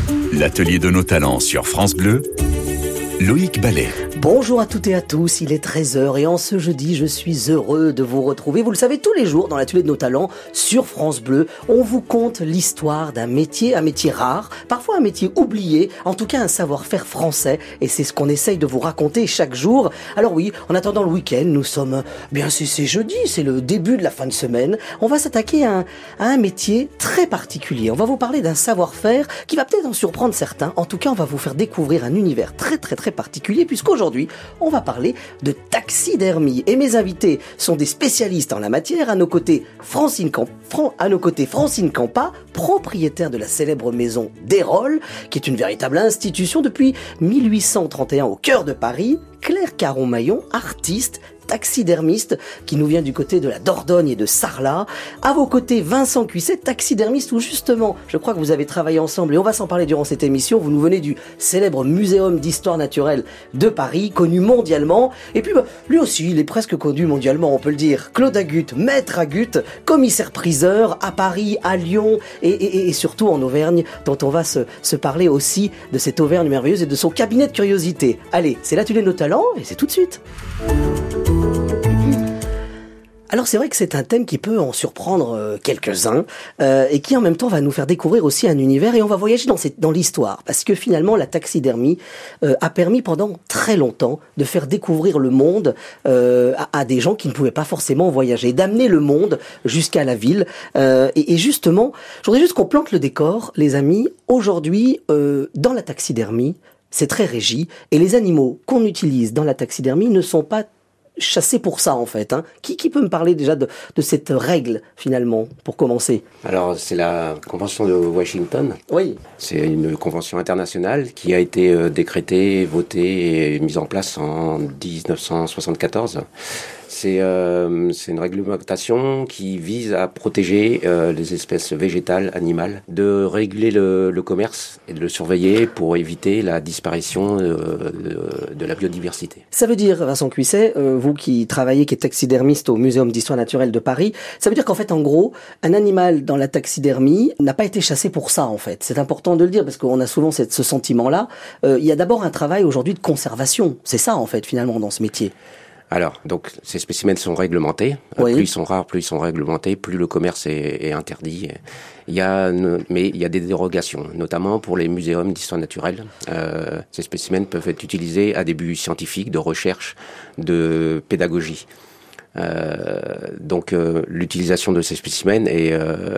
L'atelier de nos talents sur France Bleu, Loïc Ballet. Bonjour à toutes et à tous, il est 13h et en ce jeudi, je suis heureux de vous retrouver. Vous le savez, tous les jours dans l'atelier de nos talents sur France Bleu, on vous conte l'histoire d'un métier, un métier rare, parfois un métier oublié, en tout cas un savoir-faire français, et c'est ce qu'on essaye de vous raconter chaque jour. Alors oui, en attendant le week-end, nous sommes, c'est jeudi, c'est le début de la fin de semaine. On va s'attaquer à un métier très particulier. On va vous parler d'un savoir-faire qui va peut-être en surprendre certains. En tout cas, on va vous faire découvrir un univers très particulier, puisqu'aujourd'hui, on va parler de taxidermie. Et mes invités sont des spécialistes en la matière. À nos côtés, Francine Campa, propriétaire de la célèbre maison d'Erol, qui est une véritable institution depuis 1831 au cœur de Paris. Claire Caron-Maillon, artiste, taxidermiste, qui nous vient du côté de la Dordogne et de Sarlat. À vos côtés, Vincent Cuisset, taxidermiste, où justement, je crois que vous avez travaillé ensemble, et on va s'en parler durant cette émission. Vous nous venez du célèbre Muséum d'Histoire Naturelle de Paris, connu mondialement. Et puis, lui aussi, il est presque connu mondialement, on peut le dire. Claude Agut, maître Agut, commissaire-priseur à Paris, à Lyon, et surtout en Auvergne, dont on va se parler aussi de cette Auvergne merveilleuse et de son cabinet de curiosité. Allez, c'est l'atelier de nos talents, et c'est tout de suite. Alors c'est vrai que c'est un thème qui peut en surprendre quelques-uns et qui en même temps va nous faire découvrir aussi un univers, et on va voyager dans l'histoire, parce que finalement la taxidermie a permis pendant très longtemps de faire découvrir le monde à des gens qui ne pouvaient pas forcément voyager, d'amener le monde jusqu'à la ville. Et justement, je voudrais juste qu'on plante le décor, les amis. Aujourd'hui, dans la taxidermie, c'est très régi, et les animaux qu'on utilise dans la taxidermie ne sont pas chassés pour ça en fait. Qui peut me parler déjà de cette règle finalement, pour commencer? Alors c'est la Convention de Washington. Oui. C'est une convention internationale qui a été décrétée, votée et mise en place en 1974. C'est une réglementation qui vise à protéger les espèces végétales, animales, de réguler le commerce et de le surveiller pour éviter la disparition de la biodiversité. Ça veut dire, Vincent Cuisset, vous qui travaillez, qui êtes taxidermiste au Muséum d'Histoire Naturelle de Paris, ça veut dire qu'en fait, en gros, un animal dans la taxidermie n'a pas été chassé pour ça, en fait. C'est important de le dire, parce qu'on a souvent ce sentiment-là. Il y a d'abord un travail aujourd'hui de conservation. C'est ça, en fait, finalement, dans ce métier. Alors, donc, ces spécimens sont réglementés. Oui. Plus ils sont rares, plus ils sont réglementés, plus le commerce est interdit. Mais il y a des dérogations, notamment pour les muséums d'histoire naturelle. Ces spécimens peuvent être utilisés à des buts scientifiques, de recherche, de pédagogie. Donc, l'utilisation de ces spécimens est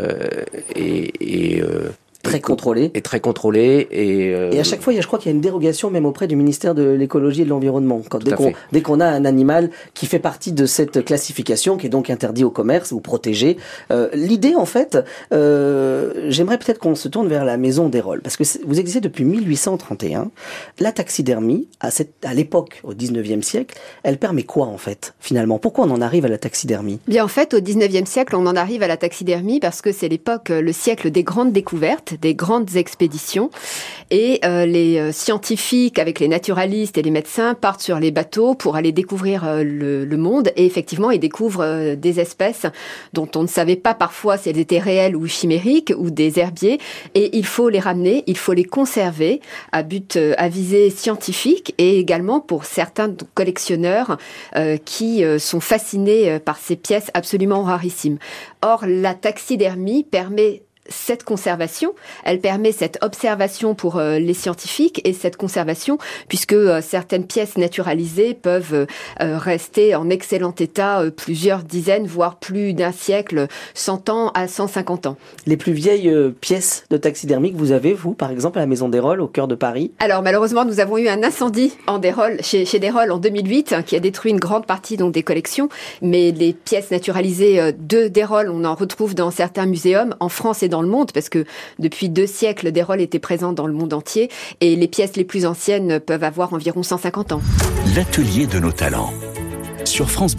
très contrôlé. Et très contrôlé. Et à chaque fois, je crois qu'il y a une dérogation même auprès du ministère de l'écologie et de l'environnement. Dès qu'on a un animal qui fait partie de cette classification, qui est donc interdit au commerce ou protégé. L'idée, en fait, j'aimerais peut-être qu'on se tourne vers la maison d'Erol. Parce que vous existez depuis 1831. La taxidermie, à l'époque, au 19e siècle, elle permet quoi, en fait, finalement? Pourquoi on en arrive à la taxidermie? Bien, en fait, au 19e siècle, on en arrive à la taxidermie parce que c'est l'époque, le siècle des grandes découvertes, des grandes expéditions, et les scientifiques avec les naturalistes et les médecins partent sur les bateaux pour aller découvrir le monde, et effectivement ils découvrent des espèces dont on ne savait pas parfois si elles étaient réelles ou chimériques, ou des herbiers, et il faut les ramener, il faut les conserver à visée scientifique, et également pour certains collectionneurs qui sont fascinés par ces pièces absolument rarissimes. Or la taxidermie permet cette conservation, elle permet cette observation pour les scientifiques, et cette conservation, puisque certaines pièces naturalisées peuvent rester en excellent état plusieurs dizaines, voire plus d'un siècle, 100 ans à 150 ans. Les plus vieilles pièces de taxidermie que vous avez, vous, par exemple, à la maison d'Erol, au cœur de Paris? Alors, malheureusement, nous avons eu un incendie chez d'Erol en 2008, qui a détruit une grande partie donc, des collections, mais les pièces naturalisées d'Erol, on en retrouve dans certains muséums, en France et dans le monde, parce que depuis 2 siècles, d'Erol était présent dans le monde entier, et les pièces les plus anciennes peuvent avoir environ 150 ans. L'atelier de nos talents sur France Bleu.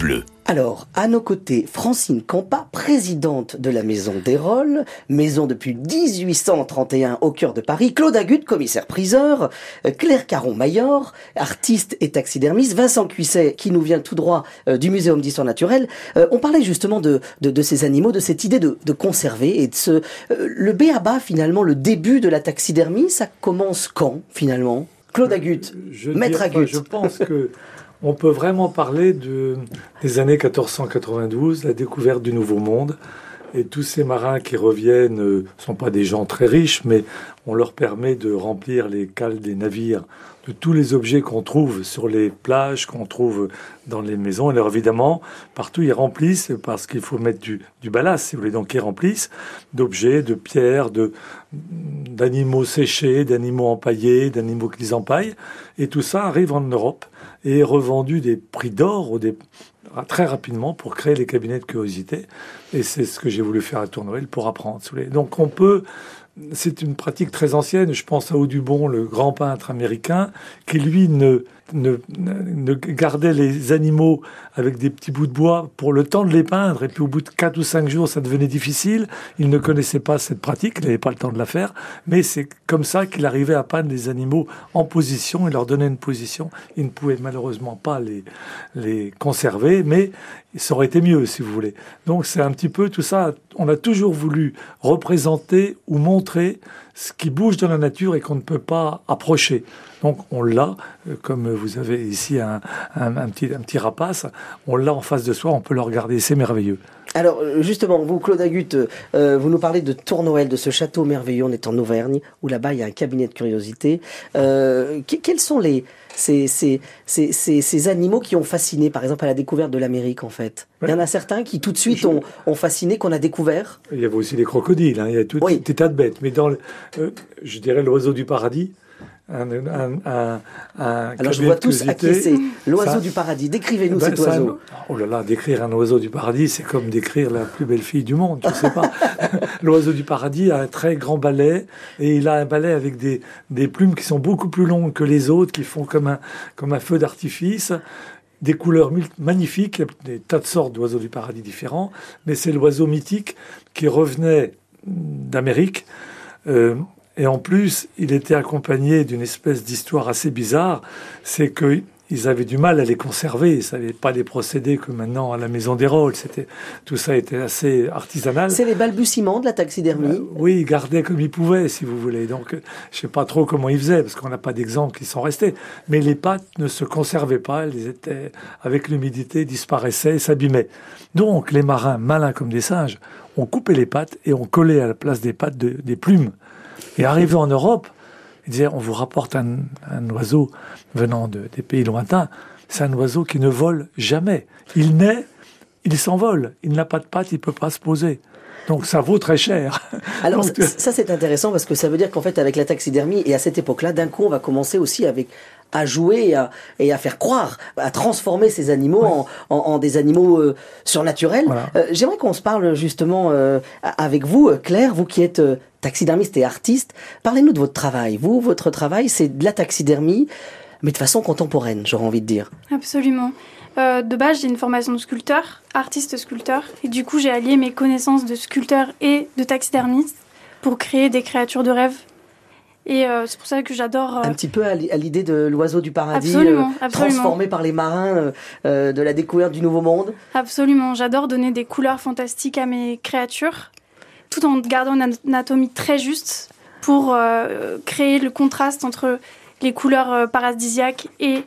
Alors, à nos côtés, Francine Campa, présidente de la Maison d'Hérold, maison depuis 1831 au cœur de Paris, Claude Agut, commissaire-priseur, Claire Caron-Mayor, artiste et taxidermiste, Vincent Cuisset, qui nous vient tout droit du Muséum d'Histoire Naturelle. On parlait justement de ces animaux, de cette idée de conserver et de le b.a.-ba, finalement, le début de la taxidermie, ça commence quand, finalement? Claude Agut, maître Agut. Je pense que on peut vraiment parler des années 1492, la découverte du Nouveau Monde. Et tous ces marins qui reviennent ne sont pas des gens très riches, mais on leur permet de remplir les cales des navires de tous les objets qu'on trouve sur les plages, qu'on trouve dans les maisons. Et alors évidemment, partout ils remplissent, parce qu'il faut mettre du ballast, si vous voulez. Donc ils remplissent d'objets, de pierres, d'animaux séchés, d'animaux empaillés, d'animaux qu'ils empaillent. Et tout ça arrive en Europe et est revendu des prix d'or très rapidement pour créer les cabinets de curiosité. Et c'est ce que j'ai voulu faire à Tournoël pour apprendre. Donc c'est une pratique très ancienne. Je pense à Audubon, le grand peintre américain, qui lui ne gardait les animaux avec des petits bouts de bois pour le temps de les peindre. Et puis au bout de 4 ou 5 jours, ça devenait difficile. Il ne connaissait pas cette pratique, il n'avait pas le temps de la faire. Mais c'est comme ça qu'il arrivait à peindre les animaux en position et leur donner une position. Il ne pouvait malheureusement pas les conserver, mais ça aurait été mieux, si vous voulez. Donc c'est un petit peu tout ça. On a toujours voulu représenter ou montrer ce qui bouge dans la nature et qu'on ne peut pas approcher. Donc on l'a, comme vous avez ici un petit rapace, on l'a en face de soi, on peut le regarder, c'est merveilleux. Alors justement, vous, Claude Agut, vous nous parlez de Tournoël, de ce château merveilleux. On est en Auvergne, où là-bas il y a un cabinet de curiosité. Quels sont ces animaux qui ont fasciné, par exemple, à la découverte de l'Amérique, en fait? Il y en a certains qui tout de suite ont fasciné, qu'on a découvert. Il y avait aussi les crocodiles, il y a tout des tas de bêtes. Mais je dirais l'oiseau du paradis. Alors je vois tous à qui c'est. L'oiseau du paradis. Décrivez-nous cet oiseau. Oh là là, décrire un oiseau du paradis, c'est comme décrire la plus belle fille du monde. Je sais pas. L'oiseau du paradis a un très grand balai et il a un balai avec des plumes qui sont beaucoup plus longues que les autres, qui font comme un feu d'artifice. Des couleurs magnifiques, des tas de sortes d'oiseaux du paradis différents, mais c'est l'oiseau mythique qui revenait d'Amérique. Et en plus, il était accompagné d'une espèce d'histoire assez bizarre, c'est qu'ils avaient du mal à les conserver, ils ne savaient pas les procéder que maintenant à la Maison d'Hérold. Tout ça était assez artisanal. C'est les balbutiements de la taxidermie. Oui, ils gardaient comme ils pouvaient, si vous voulez. Donc, je ne sais pas trop comment ils faisaient, parce qu'on n'a pas d'exemples qui sont restés. Mais les pattes ne se conservaient pas, elles étaient, avec l'humidité, disparaissaient et s'abîmaient. Donc, les marins, malins comme des singes, ont coupé les pattes et ont collé à la place des pattes des plumes. Et arrivé en Europe, ils disaient, on vous rapporte un oiseau venant des pays lointains. C'est un oiseau qui ne vole jamais. Il naît, il s'envole. Il n'a pas de pattes, il ne peut pas se poser. Donc ça vaut très cher. Alors ça c'est intéressant parce que ça veut dire qu'en fait avec la taxidermie et à cette époque-là, d'un coup on va commencer aussi à jouer et à faire croire, à transformer ces animaux en des animaux surnaturels. Voilà. J'aimerais qu'on se parle justement avec vous, Claire, vous qui êtes taxidermiste et artiste. Parlez-nous de votre travail. Vous, votre travail, c'est de la taxidermie, mais de façon contemporaine, j'aurais envie de dire. Absolument. De base, j'ai une formation de sculpteur, artiste-sculpteur, et du coup, j'ai allié mes connaissances de sculpteur et de taxidermiste pour créer des créatures de rêve. Et c'est pour ça que j'adore... Un petit peu à l'idée de l'oiseau du paradis, absolument. Transformé par les marins de la découverte du Nouveau Monde. Absolument, j'adore donner des couleurs fantastiques à mes créatures, tout en gardant une anatomie très juste pour créer le contraste entre les couleurs paradisiaques et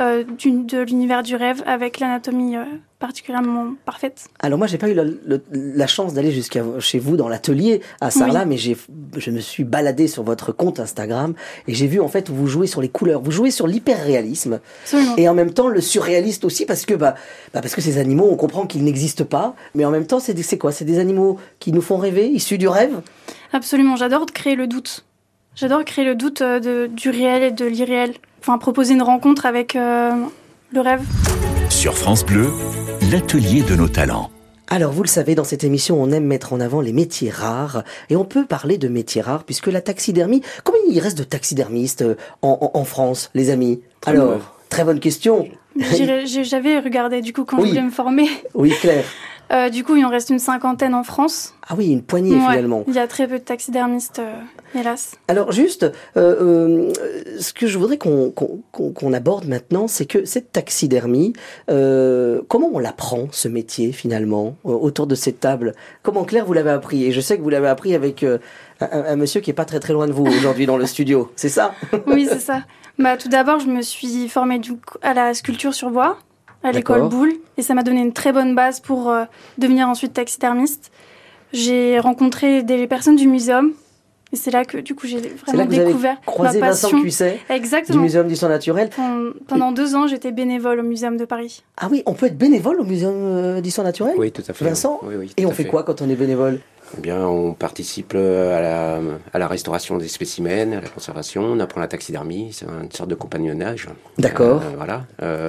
de l'univers du rêve avec l'anatomie particulièrement parfaite. Alors moi j'ai pas eu la chance d'aller jusqu'à chez vous dans l'atelier à Sarlat, mais je me suis baladé sur votre compte Instagram et j'ai vu en fait où vous jouez sur les couleurs, vous jouez sur l'hyper-réalisme. Absolument. Et en même temps le surréaliste aussi parce que parce que ces animaux on comprend qu'ils n'existent pas, mais en même temps c'est quoi? C'est des animaux qui nous font rêver, issus du rêve? Absolument, j'adore créer le doute. J'adore créer le doute du réel et de l'irréel. Enfin, proposer une rencontre avec le rêve. Sur France Bleu, l'atelier de nos talents. Alors, vous le savez, dans cette émission, on aime mettre en avant les métiers rares. Et on peut parler de métiers rares, puisque la taxidermie... Combien il reste de taxidermistes en France, les amis? Très Très bonne question. J'avais regardé du coup quand je voulais me former. Oui, Claire. Du coup, il en reste une 50aine en France. Ah oui, une poignée finalement. Il y a très peu de taxidermistes, hélas. Alors juste, ce que je voudrais qu'on aborde maintenant, c'est que cette taxidermie, comment on l'apprend, ce métier finalement, autour de cette table? Comment, Claire, vous l'avez appris? Et je sais que vous l'avez appris avec un monsieur qui est pas très très loin de vous aujourd'hui dans le studio, c'est ça? Oui, c'est ça. Tout d'abord, je me suis formée à la sculpture sur bois, à l'école Boulle, et ça m'a donné une très bonne base pour devenir ensuite taxidermiste. J'ai rencontré des personnes du muséum, et c'est là que du coup j'ai vraiment découvert croisé ma passion. Vincent Cuisset. Exactement. Du Muséum d'Histoire Naturelle. Pendant 2 ans, j'étais bénévole au Muséum de Paris. Ah oui, on peut être bénévole au Muséum d'Histoire Naturelle? Oui, tout à fait. Vincent? Oui, et on fait quoi quand on est bénévole? Eh bien, on participe à la restauration des spécimens, à la conservation, on apprend la taxidermie, c'est une sorte de compagnonnage. D'accord. Voilà.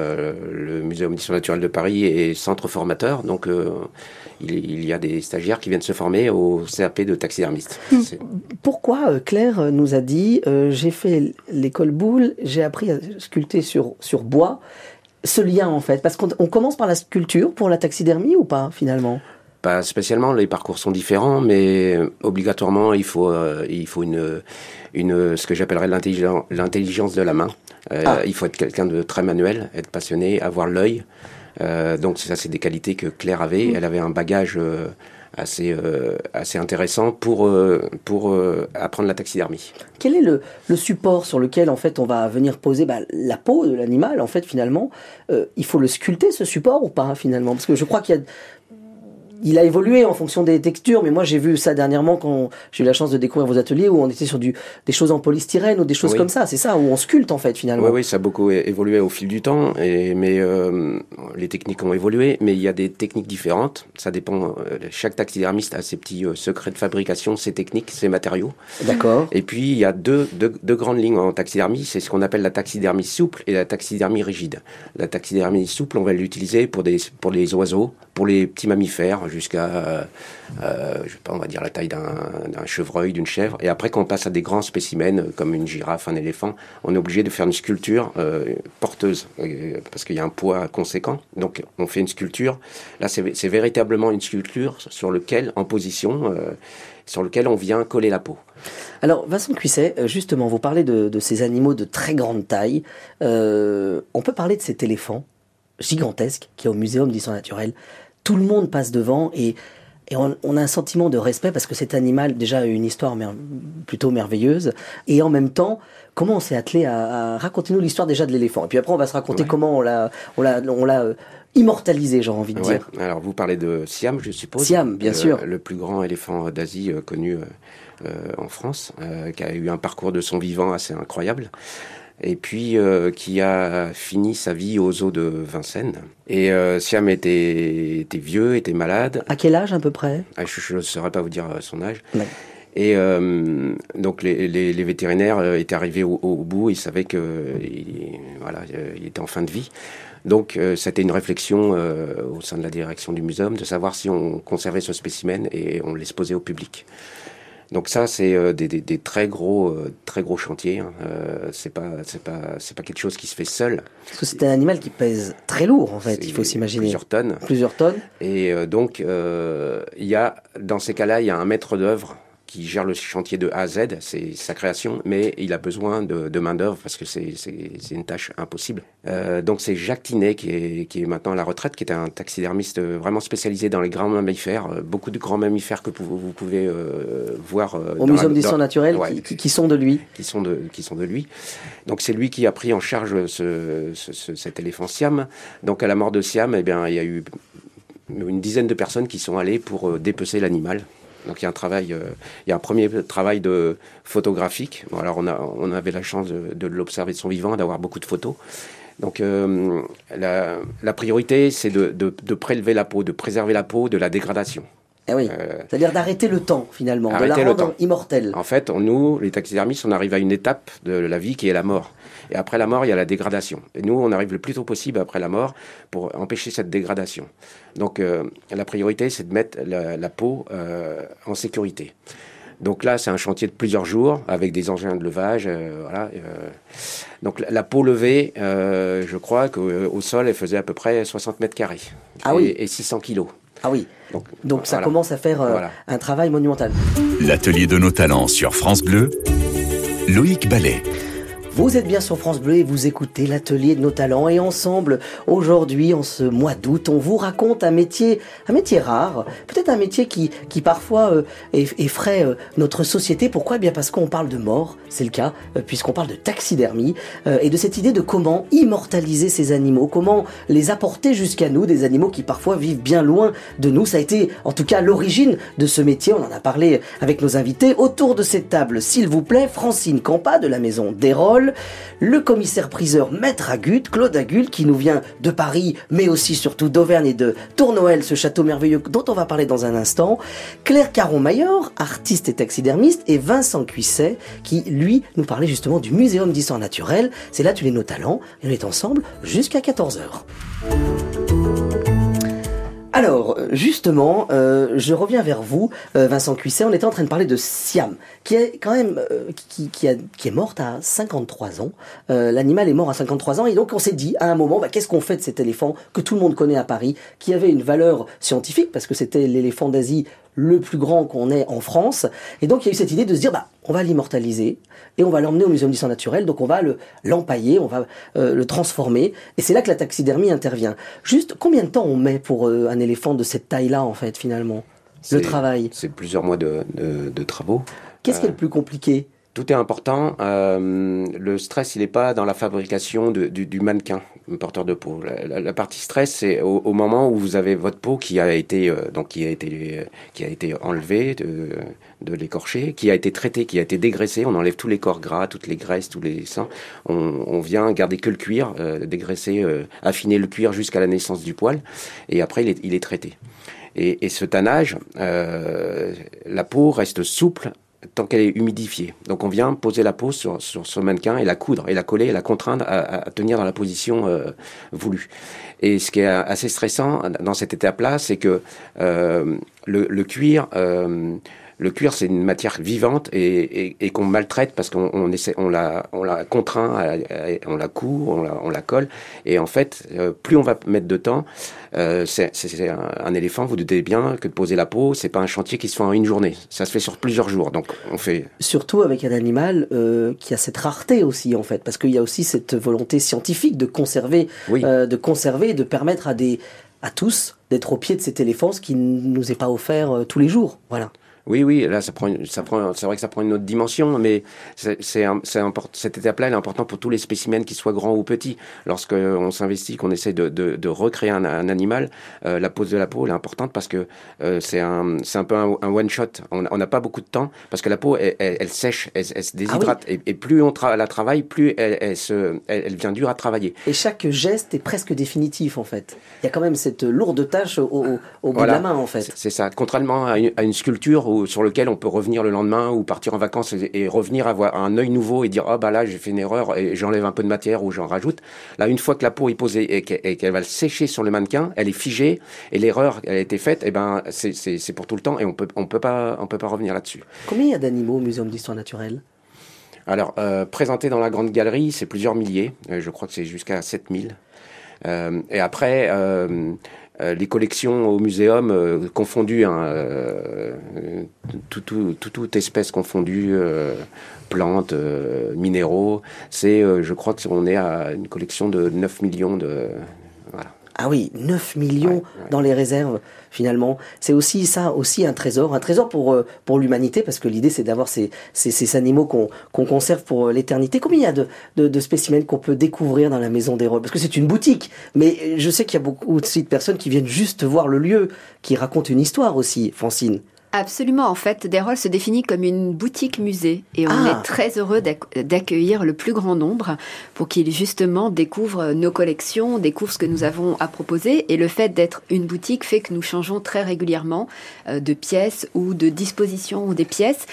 Le Muséum d'Histoire Naturelle de Paris est centre formateur, donc il y a des stagiaires qui viennent se former au CAP de taxidermiste. Pourquoi Claire nous a dit j'ai fait l'école Boulle, j'ai appris à sculpter sur bois, ce lien en fait, parce qu'on commence par la sculpture pour la taxidermie ou pas finalement? Pas spécialement, les parcours sont différents, mais obligatoirement il faut une ce que j'appellerais l'intelligence de la main. Il faut être quelqu'un de très manuel, être passionné, avoir l'œil. Donc ça, c'est des qualités que Claire avait. Elle avait un bagage assez intéressant pour apprendre la taxidermie. Quel est le support sur lequel en fait on va venir poser la peau de l'animal en fait finalement? Il faut le sculpter ce support ou pas finalement? Parce que je crois il a évolué en fonction des textures, mais moi j'ai vu ça dernièrement quand j'ai eu la chance de découvrir vos ateliers où on était sur des choses en polystyrène ou des choses comme ça, c'est ça, où on sculpte en fait finalement. Oui, ça a beaucoup évolué au fil du temps, mais les techniques ont évolué, mais il y a des techniques différentes, ça dépend, chaque taxidermiste a ses petits secrets de fabrication, ses techniques, ses matériaux. D'accord. Et puis il y a deux grandes lignes en taxidermie, c'est ce qu'on appelle la taxidermie souple et la taxidermie rigide. La taxidermie souple, on va l'utiliser pour les oiseaux, pour les petits mammifères, jusqu'à, je sais pas, on va dire la taille d'un chevreuil, d'une chèvre. Et après, quand on passe à des grands spécimens, comme une girafe, un éléphant, on est obligé de faire une sculpture porteuse, parce qu'il y a un poids conséquent. Donc, on fait une sculpture. Là, c'est véritablement une sculpture sur lequel on vient coller la peau. Alors, Vincent Cuisset, justement, vous parlez de ces animaux de très grande taille. On peut parler de cet éléphant gigantesque qui est au Muséum d'Histoire Naturelle. Tout le monde passe devant et on a un sentiment de respect parce que cet animal déjà a une histoire plutôt merveilleuse. Et en même temps, comment on s'est attelé à raconter-nous l'histoire déjà de l'éléphant. Et puis après, on va se raconter comment on l'a immortalisé, j'ai envie de dire. Alors, vous parlez de Siam, je suppose. Siam, bien sûr. Le plus grand éléphant d'Asie connu en France, qui a eu un parcours de son vivant assez incroyable. Et puis qui a fini sa vie aux eaux de Vincennes. Et Siam était vieux, était malade. À quel âge à peu près? Je ne saurais pas vous dire son âge. Ouais. Et donc les vétérinaires étaient arrivés au bout, ils savaient qu'il était en fin de vie. Donc c'était une réflexion au sein de la direction du muséum de savoir si on conservait ce spécimen et on l'exposait au public. Donc ça, c'est des très gros chantiers. C'est pas quelque chose qui se fait seul. Parce que c'est un animal qui pèse très lourd, en fait. Il faut s'imaginer. Plusieurs tonnes. Et donc, dans ces cas-là, il y a un maître d'œuvre qui gère le chantier de A à Z, c'est sa création, mais il a besoin de main-d'œuvre parce que c'est une tâche impossible. Donc c'est Jacques Tinet qui est maintenant à la retraite, qui est un taxidermiste vraiment spécialisé dans les grands mammifères, beaucoup de grands mammifères que vous pouvez voir au Muséum d'Histoire Naturelle, qui sont de lui. Qui sont de lui. Donc c'est lui qui a pris en charge cet éléphant Siam. Donc à la mort de Siam, eh bien, il y a eu une dizaine de personnes qui sont allées pour dépecer l'animal. Donc il y a un premier travail photographique. Bon, alors on avait la chance de l'observer de son vivant, d'avoir beaucoup de photos. Donc la priorité, c'est de prélever la peau, de préserver la peau de la dégradation. Eh oui. C'est-à-dire d'arrêter le temps finalement, de la rendre immortelle. En fait, nous, les taxidermistes, on arrive à une étape de la vie qui est la mort. Et après la mort, il y a la dégradation. Et nous, on arrive le plus tôt possible après la mort pour empêcher cette dégradation. Donc la priorité, c'est de mettre la peau en sécurité. Donc là, c'est un chantier de plusieurs jours avec des engins de levage. Voilà. Donc la peau levée, je crois qu'au sol, elle faisait à peu près 60 mètres carrés et 600 kilos. Ah oui, donc ça voilà. commence à faire un travail monumental. L'atelier de nos talents sur France Bleu, Loïc Ballet. Vous êtes bien sur France Bleu et vous écoutez l'atelier de nos talents. Et ensemble, aujourd'hui, en ce mois d'août, on vous raconte un métier rare, peut-être un métier qui parfois effraie notre société. Pourquoi ? Eh bien parce qu'on parle de mort, c'est le cas, puisqu'on parle de taxidermie, et de cette idée de comment immortaliser ces animaux, comment les apporter jusqu'à nous, des animaux qui parfois vivent bien loin de nous. Ça a été en tout cas l'origine de ce métier. On en a parlé avec nos invités. Autour de cette table, s'il vous plaît, Francine Campa de la maison Desrolles, le commissaire-priseur Maître Agut, Claude Agut, qui nous vient de Paris, mais aussi surtout d'Auvergne et de Tournoël, ce château merveilleux dont on va parler dans un instant, Claire Caron-Mayor, artiste et taxidermiste, et Vincent Cuisset, qui, lui, nous parlait justement du Muséum d'Histoire Naturelle. C'est l'atelier de nos talents, et on est ensemble jusqu'à 14h. Alors, justement, je reviens vers vous, Vincent Cuisset. On était en train de parler de Siam, qui est quand même qui est morte à 53 ans. L'animal est mort à 53 ans, et donc on s'est dit à un moment, qu'est-ce qu'on fait de cet éléphant que tout le monde connaît à Paris, qui avait une valeur scientifique parce que c'était l'éléphant d'Asie le plus grand qu'on ait en France. Et donc il y a eu cette idée de se dire, on va l'immortaliser et on va l'emmener au Muséum d'Histoire Naturelle. Donc on va l'empailler, on va le transformer. Et c'est là que la taxidermie intervient. Juste, combien de temps on met pour un éléphant de cette taille-là, en fait, finalement, le travail ? C'est plusieurs mois de travaux. Qu'est-ce qui est le plus compliqué ? Tout est important. Le stress, il n'est pas dans la fabrication du mannequin porteur de peau. La partie stress, c'est au moment où vous avez votre peau qui a été enlevée de l'écorché, qui a été traitée, qui a été dégraissée. On enlève tous les corps gras, toutes les graisses, tous les sangs. On vient garder que le cuir, dégraisser, affiner le cuir jusqu'à la naissance du poil, et après il est traité. Et ce tannage, la peau reste souple tant qu'elle est humidifiée. Donc on vient poser la peau sur ce mannequin et la coudre, et la coller, et la contraindre à tenir dans la position voulue. Et ce qui est assez stressant dans cette étape-là, c'est que le cuir... Le cuir, c'est une matière vivante et qu'on maltraite parce qu'on la contraint, on la coud, on la colle. Et en fait, plus on va mettre de temps, c'est un éléphant, vous doutez bien que de poser la peau, c'est pas un chantier qui se fait en une journée. Ça se fait sur plusieurs jours. Donc on fait... Surtout avec un animal qui a cette rareté aussi, en fait, parce qu'il y a aussi cette volonté scientifique de conserver, de permettre à tous d'être au pied de cet éléphant, ce qui ne nous est pas offert tous les jours. Voilà. Oui, là, c'est vrai que ça prend une autre dimension, mais cette étape-là, elle est importante pour tous les spécimens, qu'ils soient grands ou petits. Lorsqu'on s'investit, qu'on essaie de recréer un animal, la pose de la peau, elle est importante parce que c'est un peu un one-shot. On n'a pas beaucoup de temps parce que la peau, elle sèche, elle se déshydrate. Ah oui. Et plus on la travaille, plus elle devient dure à travailler. Et chaque geste est presque définitif, en fait. Il y a quand même cette lourde tâche au bout de la main, en fait. C'est ça. Contrairement à une sculpture sur lequel on peut revenir le lendemain ou partir en vacances et revenir avoir un œil nouveau et dire là j'ai fait une erreur et j'enlève un peu de matière ou j'en rajoute. Là, une fois que la peau est posée et qu'elle va le sécher sur le mannequin, elle est figée et l'erreur elle a été faite, et c'est pour tout le temps et on peut pas revenir là-dessus. Combien il y a d'animaux au Muséum d'Histoire Naturelle ? Alors présentés dans la grande galerie, c'est plusieurs milliers. Je crois que c'est jusqu'à 7000. Et après les collections au muséum confondues, toute espèce confondue, plantes, minéraux, je crois qu'on est à une collection de 9 millions de... Voilà. Ah oui, 9 millions dans les réserves, finalement. C'est aussi un trésor pour l'humanité, parce que l'idée, c'est d'avoir ces animaux qu'on conserve pour l'éternité. Combien il y a de spécimens qu'on peut découvrir dans la maison Desrolles ? Parce que c'est une boutique, mais je sais qu'il y a beaucoup aussi de personnes qui viennent juste voir le lieu, qui racontent une histoire aussi, Francine. Absolument. En fait, Desrolles se définit comme une boutique-musée et on est très heureux d'accueillir le plus grand nombre pour qu'ils justement découvrent nos collections, découvrent ce que nous avons à proposer. Et le fait d'être une boutique fait que nous changeons très régulièrement de pièces ou de disposition des pièces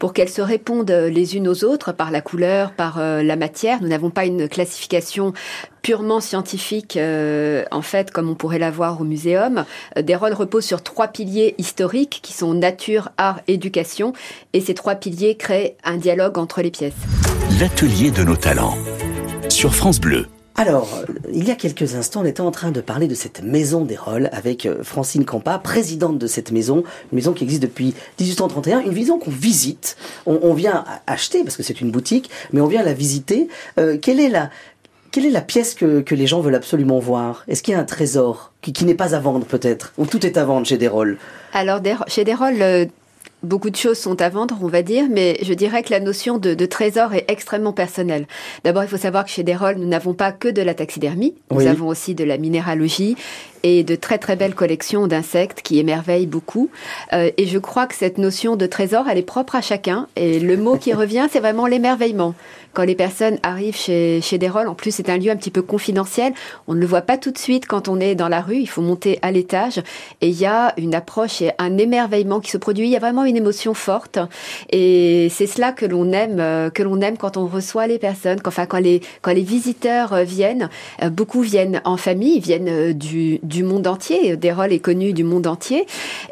pour qu'elles se répondent les unes aux autres par la couleur, par la matière. Nous n'avons pas une classification purement scientifique, en fait, comme on pourrait l'avoir au muséum. Des rôles reposent sur 3 piliers historiques qui sont nature, art, éducation. Et ces 3 piliers créent un dialogue entre les pièces. L'atelier de nos talents. Sur France Bleu. Alors, il y a quelques instants, on était en train de parler de cette maison des rôles avec Francine Campa, présidente de cette maison, une maison qui existe depuis 1831, une maison qu'on visite, on vient acheter parce que c'est une boutique, mais on vient la visiter. Quelle est la pièce que les gens veulent absolument voir? Est-ce qu'il y a un trésor qui n'est pas à vendre peut-être? Ou tout est à vendre chez Desrolles? Alors, chez Desrolles, beaucoup de choses sont à vendre, on va dire, mais je dirais que la notion de trésor est extrêmement personnelle. D'abord, il faut savoir que chez Desrolles, nous n'avons pas que de la taxidermie, nous avons aussi de la minéralogie et de très très belles collections d'insectes qui émerveillent beaucoup. Et je crois que cette notion de trésor, elle est propre à chacun. Et le mot qui revient, c'est vraiment l'émerveillement. Quand les personnes arrivent chez Desrolles, en plus c'est un lieu un petit peu confidentiel, on ne le voit pas tout de suite quand on est dans la rue, il faut monter à l'étage et il y a une approche et un émerveillement qui se produit, il y a vraiment une émotion forte et c'est cela que l'on aime quand on reçoit les personnes, quand les visiteurs viennent, beaucoup viennent en famille, viennent du monde entier, Desrolles est connu du monde entier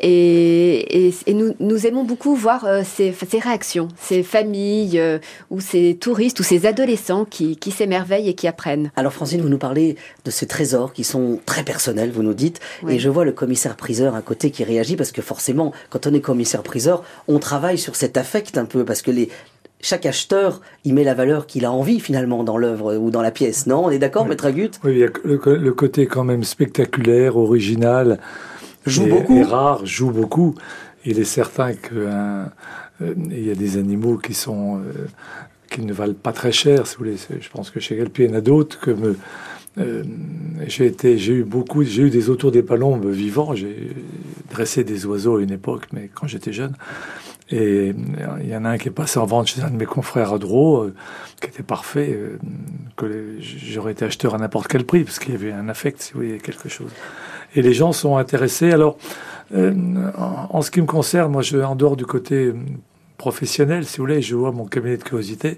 et nous aimons beaucoup voir ces réactions, ces familles ou ces touristes ou ces adolescents qui s'émerveillent et qui apprennent. Alors Francine, vous nous parlez de ces trésors qui sont très personnels, vous nous dites, oui. Et je vois le commissaire-priseur à côté qui réagit parce que forcément, quand on est commissaire-priseur, on travaille sur cet affect un peu parce que chaque acheteur, il met la valeur qu'il a envie finalement dans l'œuvre ou dans la pièce, non? On est d'accord, Maître Agut? Oui, il y a le côté quand même spectaculaire, original, et rare, joue beaucoup. Il est certain qu'il y a des animaux qui ne valent pas très cher, si vous voulez. Je pense que chez Galpier, il y en a d'autres j'ai eu des autours des palombes vivants. J'ai dressé des oiseaux à une époque, mais quand j'étais jeune. Et il y en a un qui est passé en vente chez un de mes confrères à Drouot, qui était parfait, que j'aurais été acheteur à n'importe quel prix, parce qu'il y avait un affect, si vous voulez, quelque chose. Et les gens sont intéressés. Alors, en ce qui me concerne, moi, en dehors du côté professionnel, si vous voulez, je vois mon cabinet de curiosité.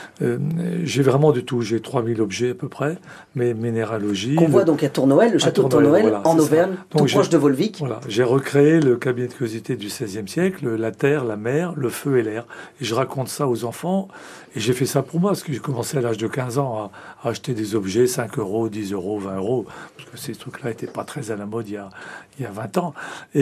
J'ai vraiment de tout. J'ai 3000 objets à peu près, mais minéralogie. Qu'on voit donc à Tournoël, le château de Tournoël, voilà, en Auvergne, tout proche de Volvic. Voilà, j'ai recréé le cabinet de curiosité du XVIe siècle, la terre, la mer, le feu et l'air. Et je raconte ça aux enfants. Et j'ai fait ça pour moi, parce que j'ai commencé à l'âge de 15 ans à acheter des objets, 5 €, 10 €, 20 €, parce que ces trucs-là n'étaient pas très à la mode il y a 20 ans,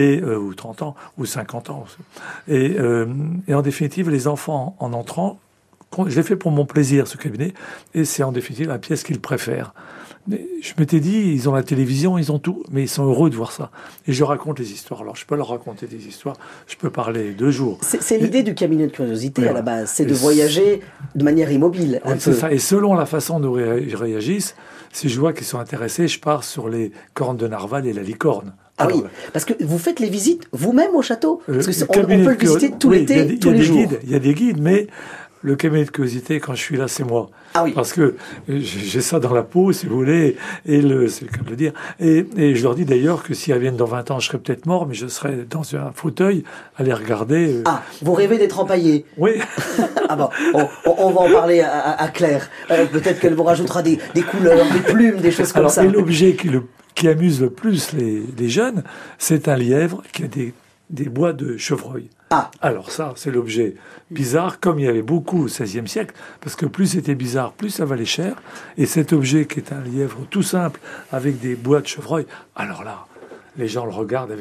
ou 30 ans, ou 50 ans. Et en définitive, les enfants, en entrant, je l'ai fait pour mon plaisir, ce cabinet, et c'est en définitive la pièce qu'ils préfèrent. Mais je m'étais dit, ils ont la télévision, ils ont tout, mais ils sont heureux de voir ça. Et je raconte les histoires. Alors, je peux leur raconter des histoires, je peux parler 2 jours. C'est l'idée du cabinet de curiosité, à la base, c'est de voyager de manière immobile. C'est ça, et selon la façon dont ils réagissent, si je vois qu'ils sont intéressés, je pars sur les cornes de narval et la licorne. Ah oui, parce que vous faites les visites vous-même au château, parce qu'on peut le visiter tout l'été, tous les jours. Il y a des guides, mais le cabinet de curiosité, quand je suis là, c'est moi. Ah oui. Parce que j'ai ça dans la peau, si vous voulez, c'est le cas de le dire. Et je leur dis d'ailleurs que s'ils reviennent dans 20 ans, je serai peut-être mort, mais je serai dans un fauteuil à les regarder. Ah, vous rêvez d'être empaillé? Oui. Ah bon, on va en parler à Claire. Peut-être qu'elle vous rajoutera des couleurs, des plumes, des choses comme ça. Et l'objet qui amuse le plus les jeunes, c'est un lièvre qui a des bois de chevreuil. Ah. Alors ça, c'est l'objet bizarre, comme il y avait beaucoup au XVIe siècle, parce que plus c'était bizarre, plus ça valait cher. Et cet objet qui est un lièvre tout simple, avec des bois de chevreuil, alors là, les gens le regardent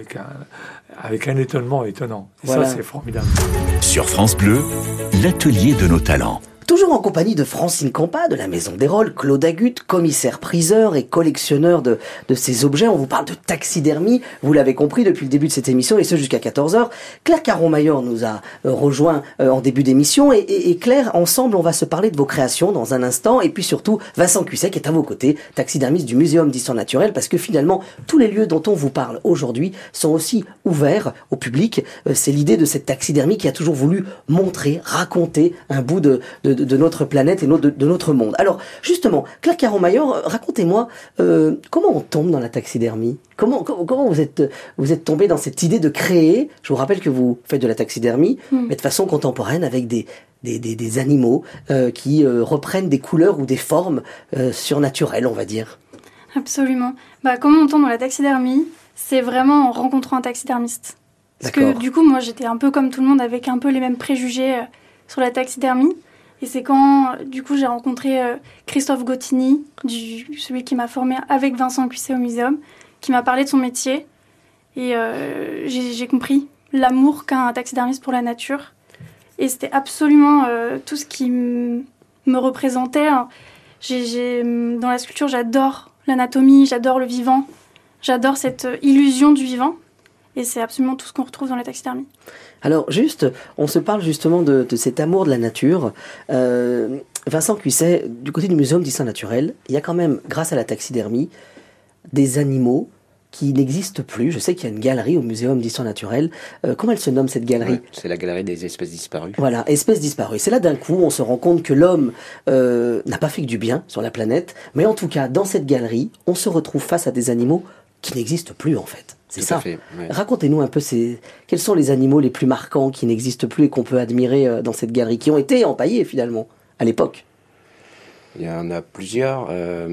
avec un étonnement étonnant. Et voilà. Ça, c'est formidable. Sur France Bleu, l'atelier de nos talents. Toujours en compagnie de Francine Campa, de la Maison Desrolles, Claude Agut, commissaire-priseur et collectionneur de ces objets. On vous parle de taxidermie, vous l'avez compris depuis le début de cette émission, et ce jusqu'à 14h. Claire Caron-Mayor nous a rejoint en début d'émission, et Claire, ensemble, on va se parler de vos créations dans un instant, et puis surtout, Vincent Cuisset qui est à vos côtés, taxidermiste du Muséum d'Histoire Naturelle, parce que finalement, tous les lieux dont on vous parle aujourd'hui sont aussi ouverts au public. C'est l'idée de cette taxidermie qui a toujours voulu montrer, raconter un bout de de notre planète et de notre monde. Alors, justement, Claire Caron-Mayor, racontez-moi, comment on tombe dans la taxidermie ? Comment vous êtes tombé dans cette idée de créer, je vous rappelle que vous faites de la taxidermie, mais de façon contemporaine avec des animaux qui reprennent des couleurs ou des formes surnaturelles, on va dire. Absolument. Comment on tombe dans la taxidermie ? C'est vraiment en rencontrant un taxidermiste. Parce que du coup, moi, j'étais un peu comme tout le monde, avec un peu les mêmes préjugés sur la taxidermie. Et c'est quand, du coup, j'ai rencontré Christophe Gottini, celui qui m'a formé avec Vincent Cuisset au Muséum, qui m'a parlé de son métier. Et j'ai compris l'amour qu'a un taxidermiste pour la nature. Et c'était absolument tout ce qui me représentait. Dans la sculpture, j'adore l'anatomie, j'adore le vivant, j'adore cette illusion du vivant. Et c'est absolument tout ce qu'on retrouve dans la taxidermie. Alors juste, on se parle justement de cet amour de la nature. Vincent Cuisset, du côté du Muséum d'histoire naturelle, il y a quand même, grâce à la taxidermie, des animaux qui n'existent plus. Je sais qu'il y a une galerie au Muséum d'histoire naturelle. Comment elle se nomme cette galerie ? C'est la galerie des espèces disparues. Voilà, espèces disparues. C'est là d'un coup, on se rend compte que l'homme n'a pas fait que du bien sur la planète. Mais en tout cas, dans cette galerie, on se retrouve face à des animaux qui n'existent plus en fait. C'est ça. Fait, ouais. Racontez-nous un peu quels sont les animaux les plus marquants qui n'existent plus et qu'on peut admirer dans cette galerie, qui ont été empaillés finalement à l'époque. Il y en a plusieurs.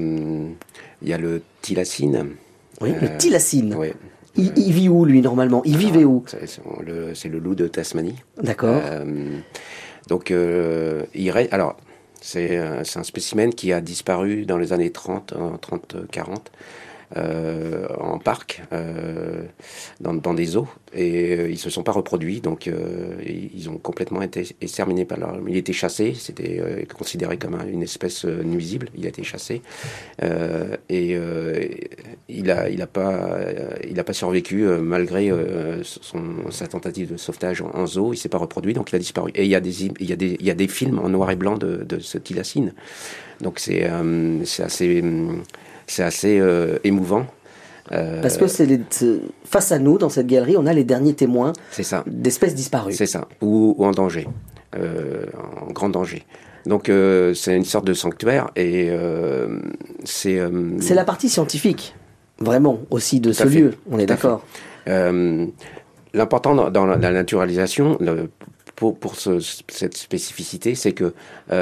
Il y a le thylacine. Oui, le thylacine. Oui. Il vit où lui normalement ? Il vivait où ? C'est le loup de Tasmanie. D'accord. Donc alors c'est un spécimen qui a disparu dans les années 30-40. En parc, dans des zoos, et ils se sont pas reproduits, donc ils ont complètement été exterminés par leur. Il était chassé, c'était considéré comme une espèce nuisible. Il a été chassé et il a pas survécu malgré sa tentative de sauvetage en zoo. Il s'est pas reproduit, donc il a disparu. Et il y a des films en noir et blanc de ce thylacine. Donc c'est assez émouvant. Parce que face à nous, dans cette galerie, on a les derniers témoins d'espèces disparues. C'est ça, ou en danger, en grand danger. Donc c'est une sorte de sanctuaire et c'est la partie scientifique, vraiment, aussi de ce lieu, on est d'accord. L'important dans la naturalisation, pour cette spécificité, c'est que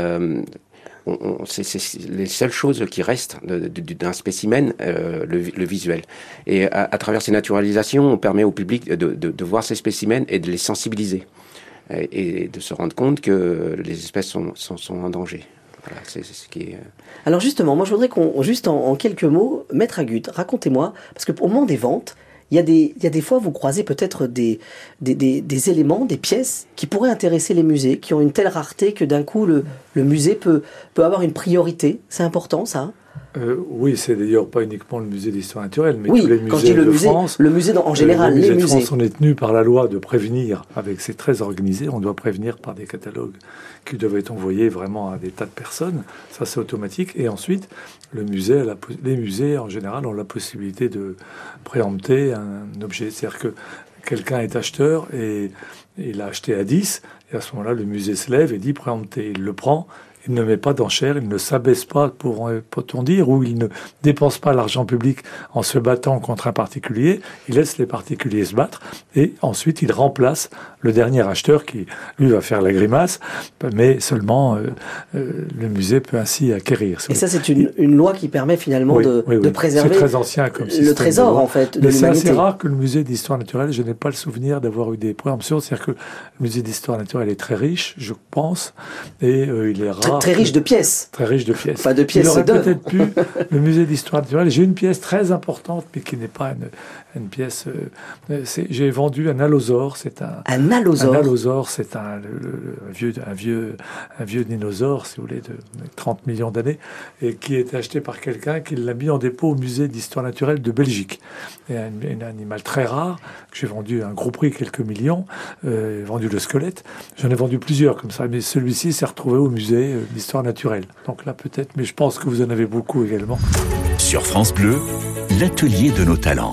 c'est les seules choses qui restent d'un spécimen, le visuel. Et à travers ces naturalisations, on permet au public de voir ces spécimens et de les sensibiliser. Et de se rendre compte que les espèces sont en danger. Voilà, c'est ce qui est... Alors justement, moi je voudrais juste en quelques mots, Maître Agut, racontez-moi, parce qu'au moment des ventes, il y a des fois, vous croisez peut-être des éléments, des pièces qui pourraient intéresser les musées, qui ont une telle rareté que d'un coup, le musée peut avoir une priorité. C'est important, ça ? Oui, c'est d'ailleurs pas uniquement le musée d'histoire naturelle, mais oui, tous les musées quand je dis de France. Le musée en général, les musées musées. de France, on est tenu par la loi de prévenir, c'est très organisé, on doit prévenir par des catalogues qui doivent être envoyés vraiment à des tas de personnes. Ça, c'est automatique. Et ensuite, les musées, en général, ont la possibilité de préempter un objet. C'est-à-dire que quelqu'un est acheteur et il a acheté à 10, et à ce moment-là, le musée se lève et dit préempter. Il le prend. Il ne met pas d'enchères, il ne s'abaisse pas, peut-on dire, ou il ne dépense pas l'argent public en se battant contre un particulier. Il laisse les particuliers se battre et ensuite il remplace le dernier acheteur qui, lui, va faire la grimace, mais seulement le musée peut ainsi acquérir. Et ça, c'est une loi qui permet finalement de préserver c'est très ancien comme système le trésor, en fait, de l'humanité. C'est assez rare que le musée d'histoire naturelle, je n'ai pas le souvenir d'avoir eu des préemptions, c'est-à-dire que le musée d'histoire naturelle est très riche, je pense, et il est rare. Très riche de pièces. Très riche de pièces. Enfin, de pièces d'œuvres. Il aurait d'œuvres. peut-être pu, le musée d'histoire naturelle. J'ai une pièce très importante, mais qui n'est pas une pièce. J'ai vendu un allosaure. Un allosaure. Un allosaure, c'est un vieux dinosaure, si vous voulez, de 30 millions d'années, et qui a été acheté par quelqu'un qui l'a mis en dépôt au musée d'histoire naturelle de Belgique. Et un animal très rare, que j'ai vendu à un gros prix, quelques millions, vendu le squelette. J'en ai vendu plusieurs comme ça, mais celui-ci s'est retrouvé au musée d'histoire naturelle. Donc là, peut-être, mais je pense que vous en avez beaucoup également. Sur France Bleu, l'atelier de nos talents.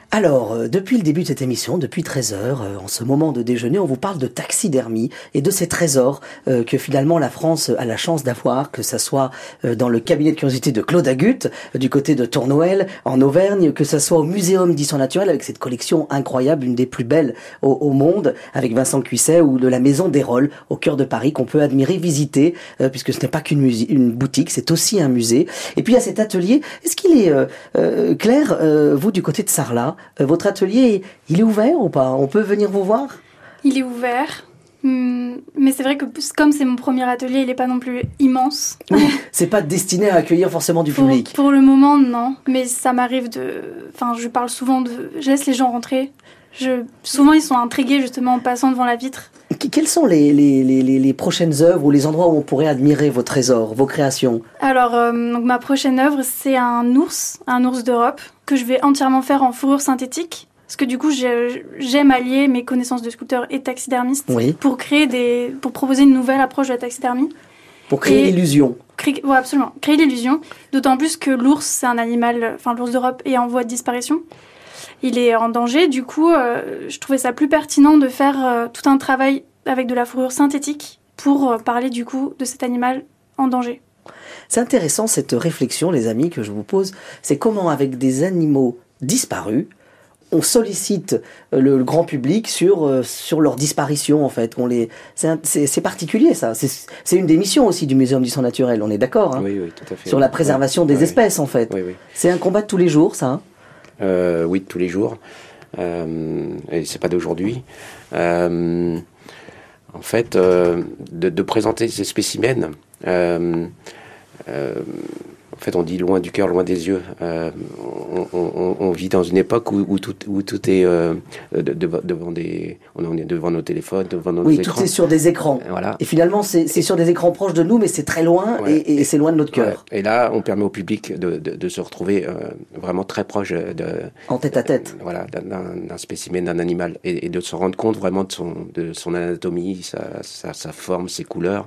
Alors, depuis le début de cette émission, depuis 13h, en ce moment de déjeuner, on vous parle de taxidermie et de ces trésors que finalement la France a la chance d'avoir, que ça soit dans le cabinet de curiosité de Claude Agut, du côté de Tournoel, en Auvergne, que ça soit au Muséum d'Histoire naturelle avec cette collection incroyable, une des plus belles au monde, avec Vincent Cuisset, ou de la Maison d'Hérol, au cœur de Paris, qu'on peut admirer, visiter, puisque ce n'est pas une boutique, c'est aussi un musée. Et puis il y a cet atelier. Est-ce qu'il est, Claire, vous du côté de Sarlat, votre atelier, il est ouvert ou pas? On peut venir vous voir? Il est ouvert, mais c'est vrai que comme c'est mon premier atelier, il n'est pas non plus immense. Oui, c'est pas destiné à accueillir forcément du public. Pour le moment, non. Mais ça m'arrive je parle souvent je laisse les gens rentrer. Souvent, ils sont intrigués justement en passant devant la vitre. Quelles sont les prochaines œuvres ou les endroits où on pourrait admirer vos trésors, vos créations? Alors, donc ma prochaine œuvre, c'est un ours d'Europe, que je vais entièrement faire en fourrure synthétique. Parce que du coup, j'aime allier mes connaissances de sculpteur et taxidermiste pour proposer une nouvelle approche de la taxidermie. Pour créer l'illusion. Oui, absolument. Créer l'illusion. D'autant plus que l'ours, c'est un animal, l'ours d'Europe est en voie de disparition. Il est en danger. Du coup, je trouvais ça plus pertinent de faire tout un travail avec de la fourrure synthétique pour parler du coup de cet animal en danger. C'est intéressant cette réflexion, les amis, que je vous pose. C'est comment, avec des animaux disparus, on sollicite le grand public sur leur disparition, en fait. C'est particulier, ça. C'est une des missions aussi du Muséum d'Histoire naturelle, on est d'accord, hein? Oui, tout à fait. Sur la préservation des espèces, en fait. Oui. C'est un combat de tous les jours, ça, hein? Oui, de tous les jours. Et c'est pas d'aujourd'hui. En fait, de présenter ces spécimens, en fait, on dit loin du cœur, loin des yeux. On vit dans une époque où tout est devant on est devant nos téléphones, devant nos écrans. Oui, tout est sur des écrans. Voilà. Et finalement, c'est sur des écrans proches de nous, mais c'est très loin et c'est loin de notre cœur. Ouais. Et là, on permet au public de se retrouver vraiment très proche en tête à tête. Voilà, d'un spécimen, d'un animal, et de se rendre compte vraiment de son anatomie, sa forme, ses couleurs.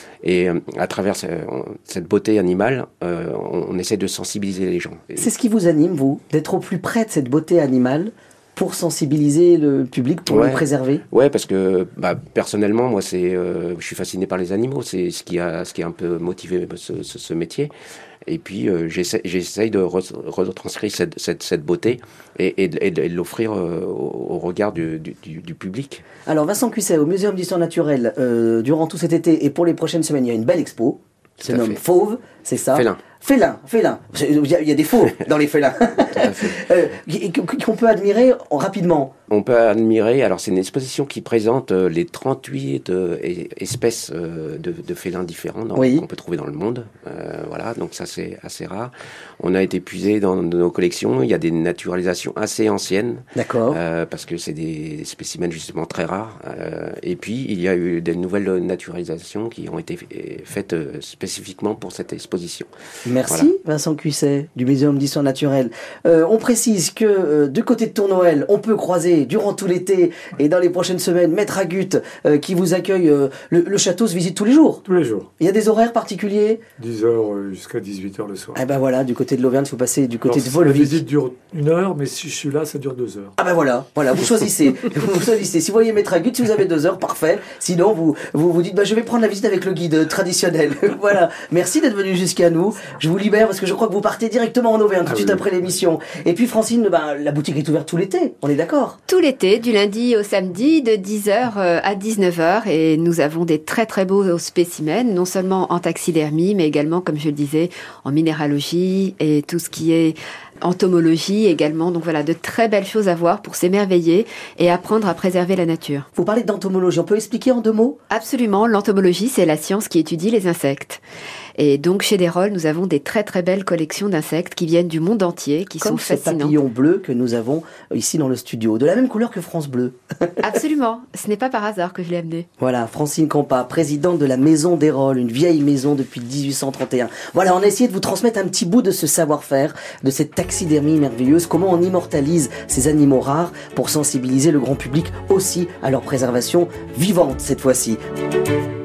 Et à travers cette beauté animale, on essaie de sensibiliser les gens. C'est ce qui vous anime, vous, d'être au plus près de cette beauté animale pour sensibiliser le public, pour le préserver? Ouais, parce que personnellement, moi, je suis fasciné par les animaux. C'est ce qui a un peu motivé ce métier. Et puis, j'essaye de retranscrire cette beauté et de l'offrir au regard du public. Alors, Vincent Cuisset, au Muséum d'Histoire naturelle, durant tout cet été et pour les prochaines semaines, il y a une belle expo. Se nomme Fauve, c'est ça? Félin. Il y a des faux dans les félins. Tout à fait. Qu'on peut admirer rapidement. On peut admirer, alors c'est une exposition qui présente les 38 espèces de félins différents qu'on peut trouver dans le monde. Voilà, donc ça c'est assez rare. On a été puisé dans nos collections, il y a des naturalisations assez anciennes. D'accord. Parce que c'est des spécimens justement très rares. Et puis il y a eu des nouvelles naturalisations qui ont été faites spécifiquement pour cette exposition. Merci Vincent Cuisset du Muséum d'Histoire naturelle. On précise que du côté de Tournoel, on peut croiser durant tout l'été et dans les prochaines semaines Maître Agut qui vous accueille. Le château se visite tous les jours? Tous les jours. Il y a des horaires particuliers? 10h jusqu'à 18h le soir. Eh ben voilà, du côté de l'Auvergne, si vous passez du côté de Volvic. La visite dure 1 heure, mais si je suis là, ça dure 2 heures. Ah ben voilà, vous choisissez. Vous choisissez. Si vous voyez Maître Agut, si vous avez 2 heures, parfait. Sinon, vous dites, je vais prendre la visite avec le guide traditionnel. Voilà. Merci d'être venu jusqu'à nous. Je vous libère parce que je crois que vous partez directement en Auvergne tout de suite après l'émission. Et puis Francine, la boutique est ouverte tout l'été, on est d'accord? Tout l'été, du lundi au samedi, de 10h à 19h. Et nous avons des très très beaux spécimens, non seulement en taxidermie, mais également, comme je le disais, en minéralogie et tout ce qui est entomologie également. Donc voilà, de très belles choses à voir pour s'émerveiller et apprendre à préserver la nature. Vous parlez d'entomologie, on peut expliquer en 2 mots? Absolument, l'entomologie, c'est la science qui étudie les insectes. Et donc, chez Desrolles, nous avons des très très belles collections d'insectes qui viennent du monde entier, qui sont fascinants. Comme ce papillon bleu que nous avons ici dans le studio, de la même couleur que France Bleu. Absolument, ce n'est pas par hasard que je l'ai amené. Voilà, Francine Campa, présidente de la Maison Desrolles, une vieille maison depuis 1831. Voilà, on a essayé de vous transmettre un petit bout de ce savoir-faire, de cette taxidermie merveilleuse, comment on immortalise ces animaux rares pour sensibiliser le grand public aussi à leur préservation vivante cette fois-ci.